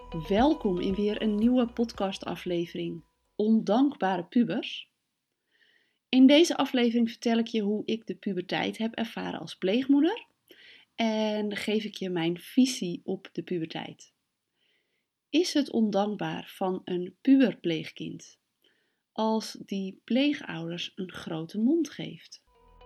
Welkom in weer een nieuwe podcastaflevering Ondankbare pubers. In deze aflevering vertel ik je hoe ik de puberteit heb ervaren als pleegmoeder en geef ik je mijn visie op de puberteit. Is het ondankbaar van een puberpleegkind als die pleegouders een grote mond geeft?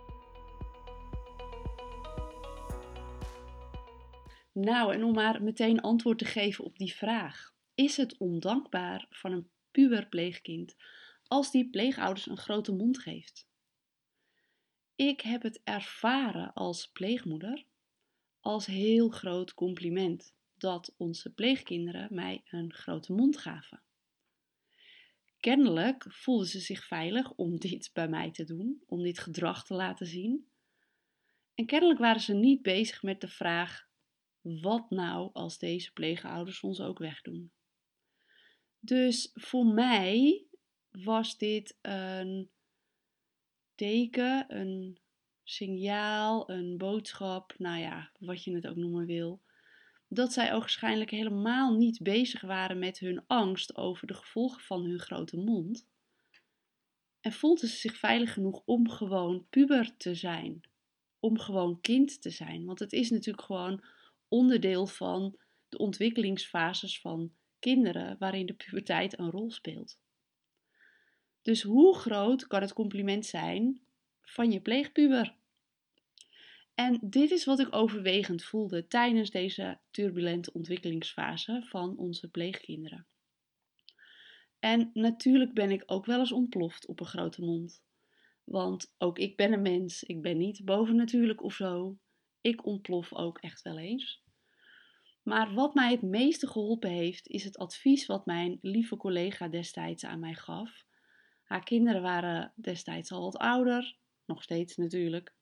Nou, en om maar meteen antwoord te geven op die vraag. Is het ondankbaar van een puberpleegkind als die pleegouders een grote mond geeft? Ik heb het ervaren als pleegmoeder als heel groot compliment dat onze pleegkinderen mij een grote mond gaven. Kennelijk voelden ze zich veilig om dit bij mij te doen, om dit gedrag te laten zien. En kennelijk waren ze niet bezig met de vraag: wat nou als deze pleegouders ons ook wegdoen? Dus voor mij was dit een teken, een signaal, een boodschap, nou ja, wat je het ook noemen wil, dat zij ogenschijnlijk helemaal niet bezig waren met hun angst over de gevolgen van hun grote mond. En voelden ze zich veilig genoeg om gewoon puber te zijn, om gewoon kind te zijn. Want het is natuurlijk gewoon onderdeel van de ontwikkelingsfases van kinderen waarin de puberteit een rol speelt. Dus hoe groot kan het compliment zijn van je pleegpuber? En dit is wat ik overwegend voelde tijdens deze turbulente ontwikkelingsfase van onze pleegkinderen. En natuurlijk ben ik ook wel eens ontploft op een grote mond. Want ook ik ben een mens, ik ben niet bovennatuurlijk of zo. Ik ontplof ook echt wel eens. Maar wat mij het meeste geholpen heeft, is het advies wat mijn lieve collega destijds aan mij gaf. Haar kinderen waren destijds al wat ouder, nog steeds natuurlijk.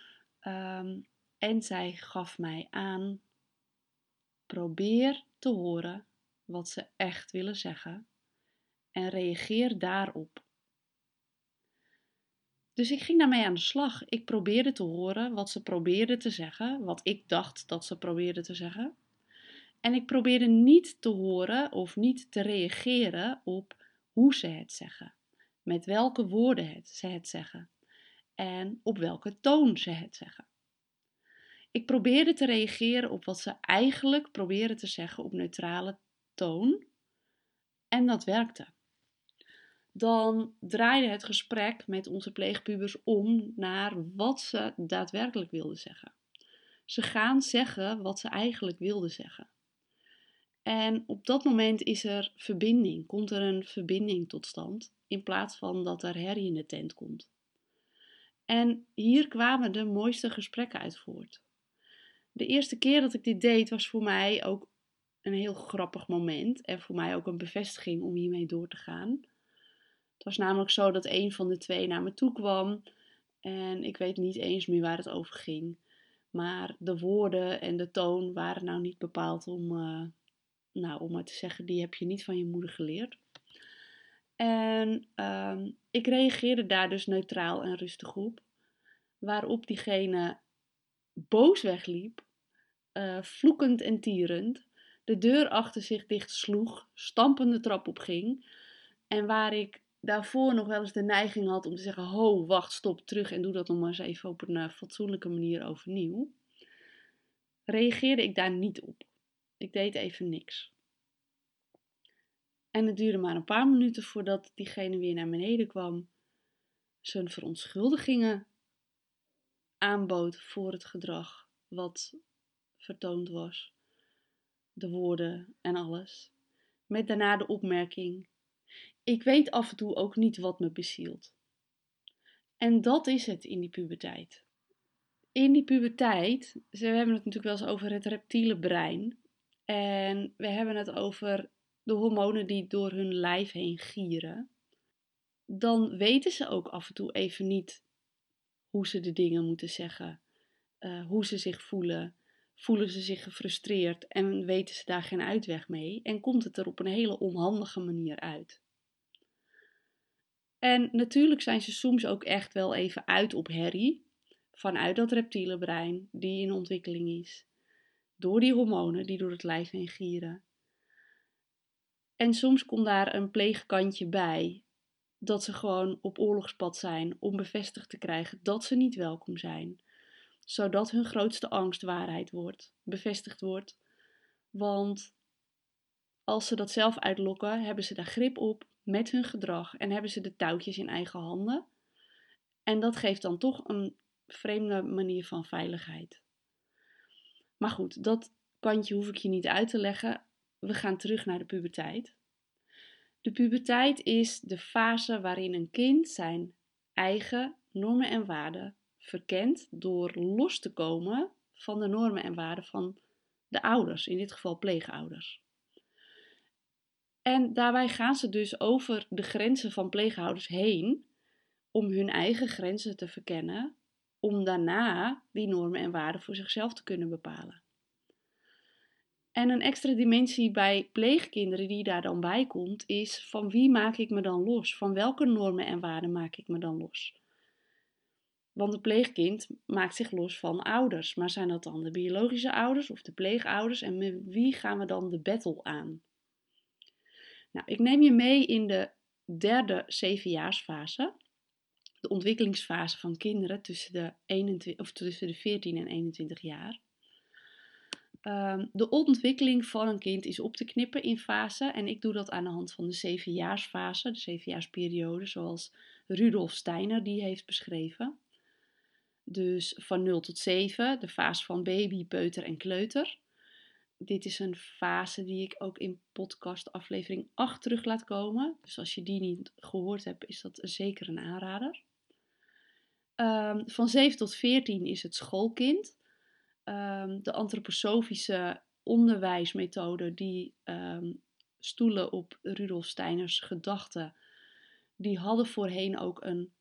En zij gaf mij aan: probeer te horen wat ze echt willen zeggen en reageer daarop. Dus ik ging daarmee aan de slag. Ik probeerde te horen wat ze probeerden te zeggen, wat ik dacht dat ze probeerden te zeggen. En ik probeerde niet te horen of niet te reageren op hoe ze het zeggen, met welke woorden ze het zeggen en op welke toon ze het zeggen. Ik probeerde te reageren op wat ze eigenlijk probeerden te zeggen op neutrale toon en dat werkte. Dan draaide het gesprek met onze pleegpubers om naar wat ze daadwerkelijk wilden zeggen. Ze gaan zeggen wat ze eigenlijk wilden zeggen. En op dat moment is er verbinding, komt er een verbinding tot stand, in plaats van dat er herrie in de tent komt. En hier kwamen de mooiste gesprekken uit voort. De eerste keer dat ik dit deed was voor mij ook een heel grappig moment en voor mij ook een bevestiging om hiermee door te gaan. Het was namelijk zo dat een van de twee naar me toe kwam en ik weet niet eens meer waar het over ging. Maar de woorden en de toon waren nou niet bepaald om maar te zeggen, die heb je niet van je moeder geleerd. En ik reageerde daar dus neutraal en rustig op. Waarop diegene boos wegliep, vloekend en tierend, de deur achter zich dicht sloeg, stampende trap op ging. En waar ik daarvoor nog wel eens de neiging had om te zeggen: ho, wacht, stop, terug en doe dat nog maar eens even op een fatsoenlijke manier overnieuw, reageerde ik daar niet op. Ik deed even niks. En het duurde maar een paar minuten voordat diegene weer naar beneden kwam, zijn verontschuldigingen aanbood voor het gedrag wat vertoond was, de woorden en alles, met daarna de opmerking: ik weet af en toe ook niet wat me bezielt. En dat is het in die puberteit. In die puberteit, we hebben het natuurlijk wel eens over het reptiele brein. En we hebben het over de hormonen die door hun lijf heen gieren. Dan weten ze ook af en toe even niet hoe ze de dingen moeten zeggen. Hoe ze zich voelen. Voelen ze zich gefrustreerd en weten ze daar geen uitweg mee. En komt het er op een hele onhandige manier uit. En natuurlijk zijn ze soms ook echt wel even uit op herrie. Vanuit dat reptiele brein die in ontwikkeling is. Door die hormonen die door het lijf heen gieren. En soms komt daar een pleegkantje bij. Dat ze gewoon op oorlogspad zijn om bevestigd te krijgen dat ze niet welkom zijn. Zodat hun grootste angst bevestigd wordt. Want als ze dat zelf uitlokken, hebben ze daar grip op met hun gedrag en hebben ze de touwtjes in eigen handen. En dat geeft dan toch een vreemde manier van veiligheid. Maar goed, dat kantje hoef ik je niet uit te leggen. We gaan terug naar de puberteit. De puberteit is de fase waarin een kind zijn eigen normen en waarden verkent door los te komen van de normen en waarden van de ouders, in dit geval pleegouders. En daarbij gaan ze dus over de grenzen van pleegouders heen om hun eigen grenzen te verkennen, om daarna die normen en waarden voor zichzelf te kunnen bepalen. En een extra dimensie bij pleegkinderen die daar dan bij komt, is van wie maak ik me dan los? Van welke normen en waarden maak ik me dan los? Want een pleegkind maakt zich los van ouders. Maar zijn dat dan de biologische ouders of de pleegouders? En met wie gaan we dan de battle aan? Nou, ik neem je mee in de derde 7-jaarsfase. De ontwikkelingsfase van kinderen tussen de 14 en 21 jaar. De ontwikkeling van een kind is op te knippen in fasen. En ik doe dat aan de hand van de 7-jaarsfase, de 7-jaarsperiode, zoals Rudolf Steiner die heeft beschreven. Dus van 0 tot 7, de fase van baby, peuter en kleuter. Dit is een fase die ik ook in podcast aflevering 8 terug laat komen. Dus als je die niet gehoord hebt, is dat zeker een aanrader. Van 7 tot 14 is het schoolkind. De antroposofische onderwijsmethode die stoelen op Rudolf Steiners gedachten, die hadden voorheen ook een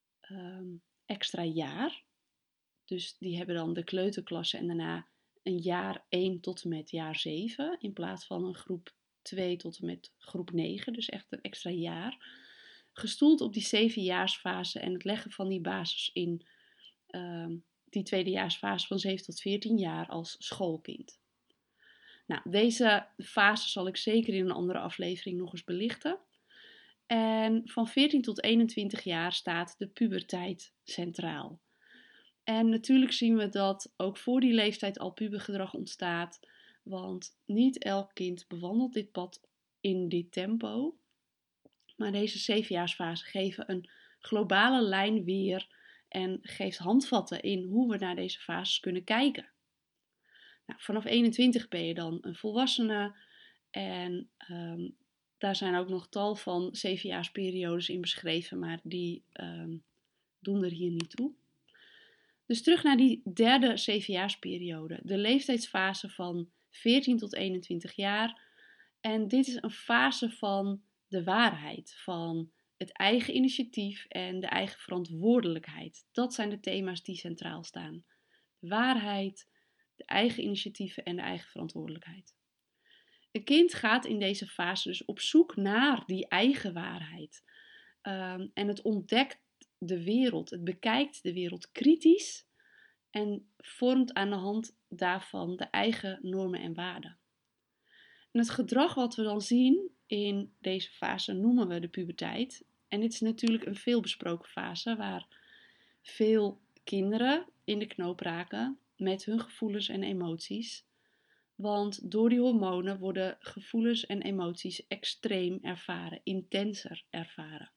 extra jaar. Dus die hebben dan de kleuterklasse en daarna een jaar 1 tot en met jaar 7 in plaats van een groep 2 tot en met groep 9. Dus echt een extra jaar. Gestoeld op die 7-jaarsfase en het leggen van die basis in die tweedejaarsfase van 7 tot 14 jaar als schoolkind. Nou, deze fase zal ik zeker in een andere aflevering nog eens belichten. En van 14 tot 21 jaar staat de puberteit centraal. En natuurlijk zien we dat ook voor die leeftijd al pubergedrag ontstaat, want niet elk kind bewandelt dit pad in dit tempo. Maar deze 7-jaarsfase geven een globale lijn weer en geeft handvatten in hoe we naar deze fases kunnen kijken. Nou, vanaf 21 ben je dan een volwassene en daar zijn ook nog tal van 7-jaarsperiodes in beschreven, maar die doen er hier niet toe. Dus terug naar die derde 7-jaarsperiode, de leeftijdsfase van 14 tot 21 jaar. En dit is een fase van de waarheid, van het eigen initiatief en de eigen verantwoordelijkheid. Dat zijn de thema's die centraal staan. De waarheid, de eigen initiatieven en de eigen verantwoordelijkheid. Een kind gaat in deze fase dus op zoek naar die eigen waarheid. En het ontdekt de wereld, het bekijkt de wereld kritisch en vormt aan de hand daarvan de eigen normen en waarden. En het gedrag wat we dan zien in deze fase noemen we de puberteit. En dit is natuurlijk een veelbesproken fase waar veel kinderen in de knoop raken met hun gevoelens en emoties. Want door die hormonen worden gevoelens en emoties extreem ervaren, intenser ervaren.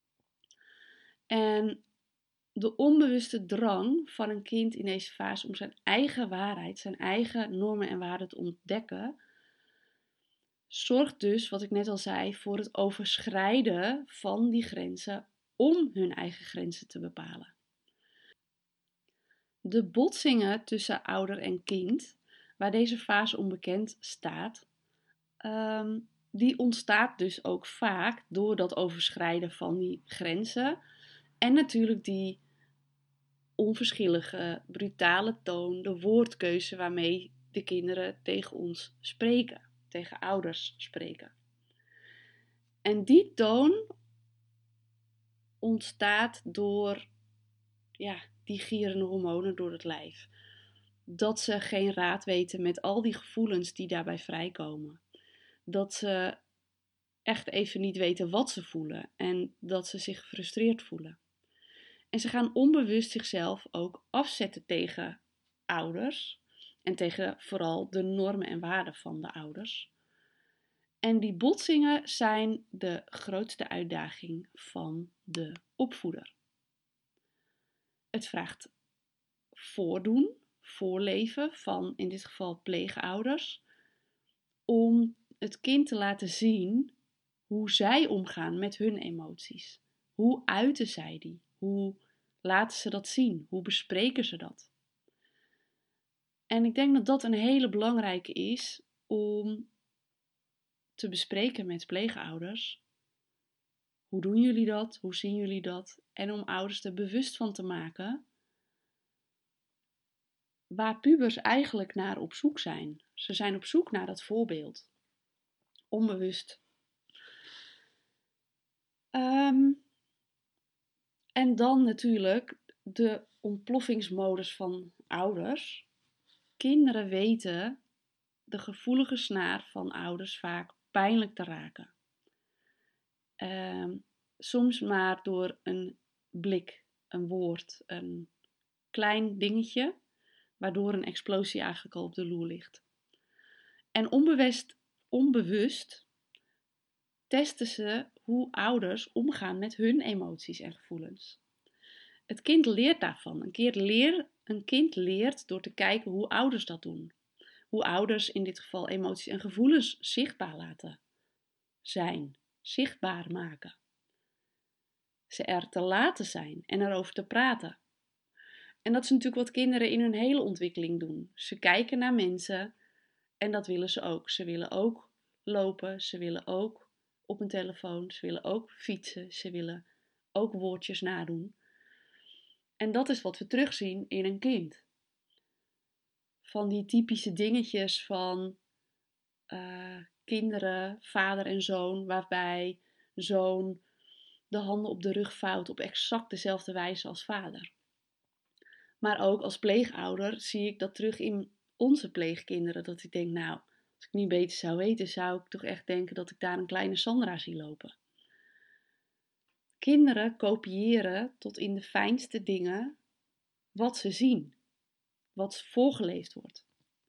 En de onbewuste drang van een kind in deze fase om zijn eigen waarheid, zijn eigen normen en waarden te ontdekken, zorgt dus, wat ik net al zei, voor het overschrijden van die grenzen om hun eigen grenzen te bepalen. De botsingen tussen ouder en kind, waar deze fase onbekend staat, die ontstaat dus ook vaak door dat overschrijden van die grenzen en natuurlijk die onverschillige, brutale toon, de woordkeuze waarmee de kinderen tegen ons spreken, tegen ouders spreken. En die toon ontstaat door die gierende hormonen door het lijf. Dat ze geen raad weten met al die gevoelens die daarbij vrijkomen. Dat ze echt even niet weten wat ze voelen en dat ze zich gefrustreerd voelen. En ze gaan onbewust zichzelf ook afzetten tegen ouders en tegen vooral de normen en waarden van de ouders. En die botsingen zijn de grootste uitdaging van de opvoeder. Het vraagt voordoen, voorleven van in dit geval pleegouders, om het kind te laten zien hoe zij omgaan met hun emoties. Hoe uiten zij die? Hoe laten ze dat zien? Hoe bespreken ze dat? En ik denk dat dat een hele belangrijke is om te bespreken met pleegouders. Hoe doen jullie dat? Hoe zien jullie dat? En om ouders er bewust van te maken waar pubers eigenlijk naar op zoek zijn. Ze zijn op zoek naar dat voorbeeld. Onbewust. En dan natuurlijk de ontploffingsmodus van ouders. Kinderen weten de gevoelige snaar van ouders vaak pijnlijk te raken. Soms maar door een blik, een woord, een klein dingetje, waardoor een explosie eigenlijk al op de loer ligt. En onbewust testen ze hoe ouders omgaan met hun emoties en gevoelens. Het kind leert daarvan. Een kind leert door te kijken hoe ouders dat doen. Hoe ouders in dit geval emoties en gevoelens zichtbaar laten zijn, zichtbaar maken. Ze er te laten zijn en erover te praten. En dat is natuurlijk wat kinderen in hun hele ontwikkeling doen. Ze kijken naar mensen en dat willen ze ook. Ze willen ook lopen, ze willen ook op een telefoon, ze willen ook fietsen, ze willen ook woordjes nadoen. En dat is wat we terugzien in een kind. Van die typische dingetjes van kinderen, vader en zoon, waarbij zoon de handen op de rug vouwt op exact dezelfde wijze als vader. Maar ook als pleegouder zie ik dat terug in onze pleegkinderen. Dat ik denk, nou, als ik niet beter zou weten, zou ik toch echt denken dat ik daar een kleine Sandra zie lopen. Kinderen kopiëren tot in de fijnste dingen wat ze zien. Wat voorgeleefd wordt.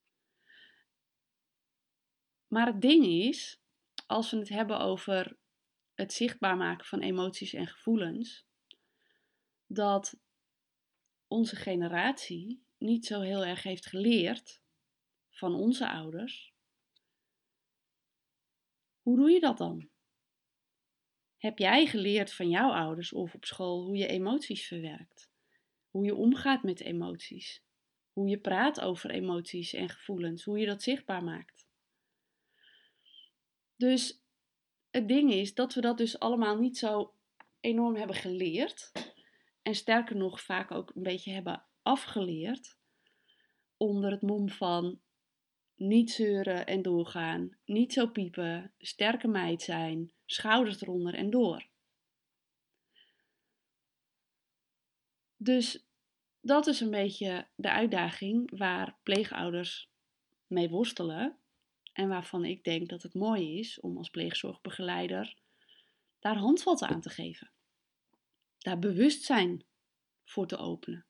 Maar het ding is, als we het hebben over het zichtbaar maken van emoties en gevoelens, dat onze generatie niet zo heel erg heeft geleerd van onze ouders. Hoe doe je dat dan? Heb jij geleerd van jouw ouders of op school hoe je emoties verwerkt? Hoe je omgaat met emoties? Hoe je praat over emoties en gevoelens? Hoe je dat zichtbaar maakt? Dus het ding is dat we dat dus allemaal niet zo enorm hebben geleerd. En sterker nog vaak ook een beetje hebben afgeleerd. Onder het mom van niet zeuren en doorgaan. Niet zo piepen. Sterke meid zijn. Schouders eronder en door. Dus dat is een beetje de uitdaging waar pleegouders mee worstelen. En waarvan ik denk dat het mooi is om als pleegzorgbegeleider daar handvatten aan te geven. Daar bewustzijn voor te openen.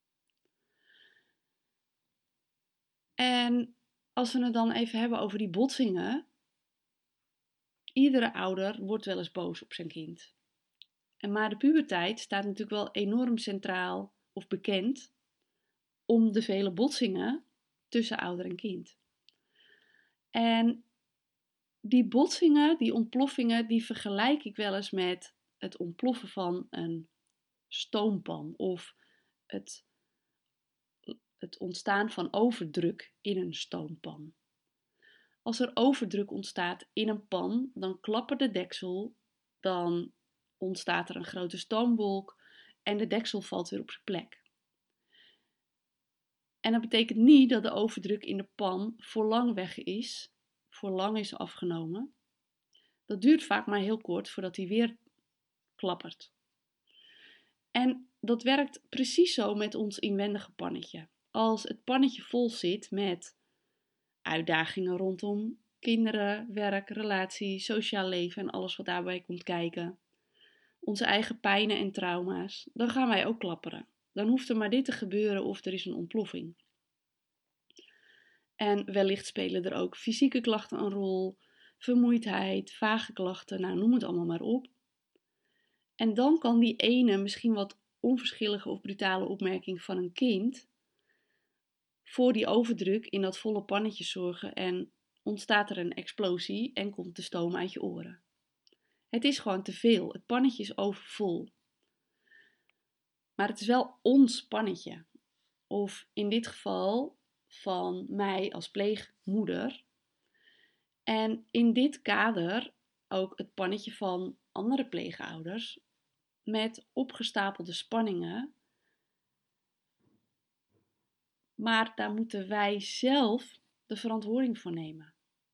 En als we het dan even hebben over die botsingen. Iedere ouder wordt wel eens boos op zijn kind. Maar de puberteit staat natuurlijk wel enorm centraal of bekend om de vele botsingen tussen ouder en kind. En die botsingen, die ontploffingen, die vergelijk ik wel eens met het ontploffen van een stoompan of het ontstaan van overdruk in een stoompan. Als er overdruk ontstaat in een pan, dan klappert de deksel, dan ontstaat er een grote stoomwolk en de deksel valt weer op zijn plek. En dat betekent niet dat de overdruk in de pan voor lang weg is, voor lang is afgenomen. Dat duurt vaak maar heel kort voordat hij weer klappert. En dat werkt precies zo met ons inwendige pannetje. Als het pannetje vol zit met uitdagingen rondom kinderen, werk, relatie, sociaal leven en alles wat daarbij komt kijken. Onze eigen pijnen en trauma's. Dan gaan wij ook klapperen. Dan hoeft er maar dit te gebeuren of er is een ontploffing. En wellicht spelen er ook fysieke klachten een rol, vermoeidheid, vage klachten, nou noem het allemaal maar op. En dan kan die ene misschien wat onverschillige of brutale opmerking van een kind voor die overdruk in dat volle pannetje zorgen en ontstaat er een explosie en komt de stoom uit je oren. Het is gewoon te veel, het pannetje is overvol. Maar het is wel ons pannetje. Of in dit geval van mij als pleegmoeder. En in dit kader ook het pannetje van andere pleegouders met opgestapelde spanningen. Maar daar moeten wij zelf de verantwoording voor nemen.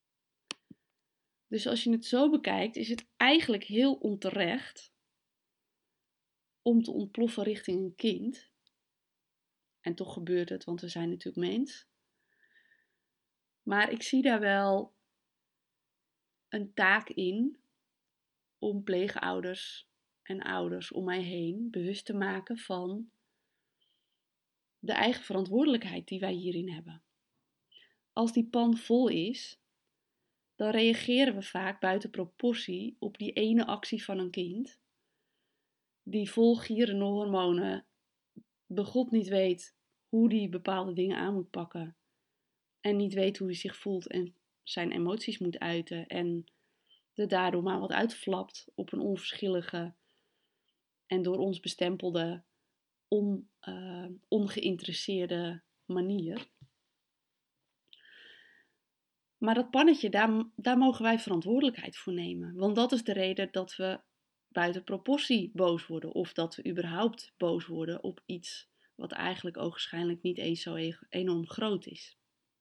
Dus als je het zo bekijkt, is het eigenlijk heel onterecht om te ontploffen richting een kind. En toch gebeurt het, want we zijn natuurlijk mens. Maar ik zie daar wel een taak in om pleegouders en ouders om mij heen bewust te maken van de eigen verantwoordelijkheid die wij hierin hebben. Als die pan vol is, dan reageren we vaak buiten proportie op die ene actie van een kind, die vol gierende hormonen begot niet weet hoe die bepaalde dingen aan moet pakken en niet weet hoe hij zich voelt en zijn emoties moet uiten en er daardoor maar wat uitflapt op een onverschillige en door ons bestempelde ongeïnteresseerde manier. Maar dat pannetje, daar mogen wij verantwoordelijkheid voor nemen. Want dat is de reden dat we buiten proportie boos worden. Of dat we überhaupt boos worden op iets wat eigenlijk ogenschijnlijk niet eens zo enorm groot is.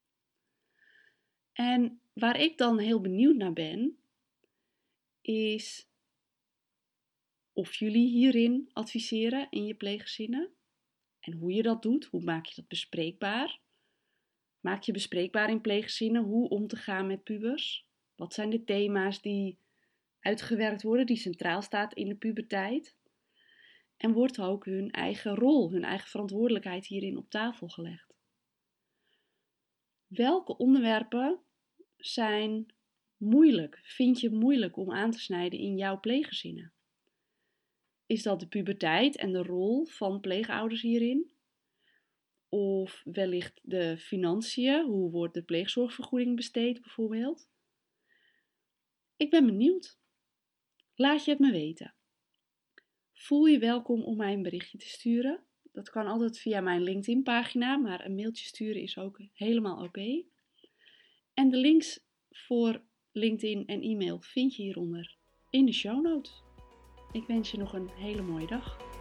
En waar ik dan heel benieuwd naar ben, is of jullie hierin adviseren in je pleeggezinnen. En hoe je dat doet, hoe maak je dat bespreekbaar? Maak je bespreekbaar in pleeggezinnen hoe om te gaan met pubers? Wat zijn de thema's die uitgewerkt worden, die centraal staat in de puberteit? En wordt ook hun eigen rol, hun eigen verantwoordelijkheid hierin op tafel gelegd? Welke onderwerpen zijn moeilijk, vind je moeilijk om aan te snijden in jouw pleeggezinnen? Is dat de puberteit en de rol van pleegouders hierin? Of wellicht de financiën, hoe wordt de pleegzorgvergoeding besteed bijvoorbeeld? Ik ben benieuwd. Laat je het me weten. Voel je welkom om mij een berichtje te sturen. Dat kan altijd via mijn LinkedIn pagina, maar een mailtje sturen is ook helemaal oké. En de links voor LinkedIn en e-mail vind je hieronder in de show notes. Ik wens je nog een hele mooie dag.